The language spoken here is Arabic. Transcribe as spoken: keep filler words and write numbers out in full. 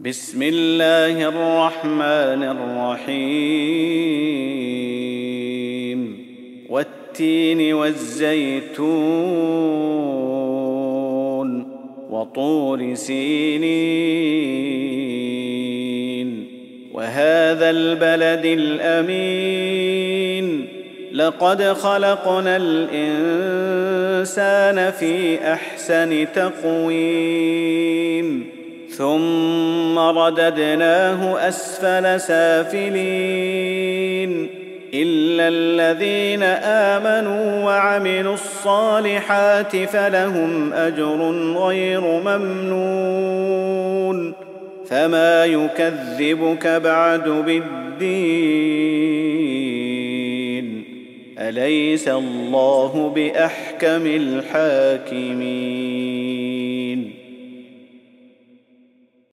بسم الله الرحمن الرحيم والتين والزيتون وطور سينين وهذا البلد الأمين لقد خلقنا الإنسان في أحسن تقويم ثم رددناه أسفل سافلين إلا الذين آمنوا وعملوا الصالحات فلهم أجر غير ممنون فما يكذبك بعد بالدين أليس الله بأحكم الحاكمين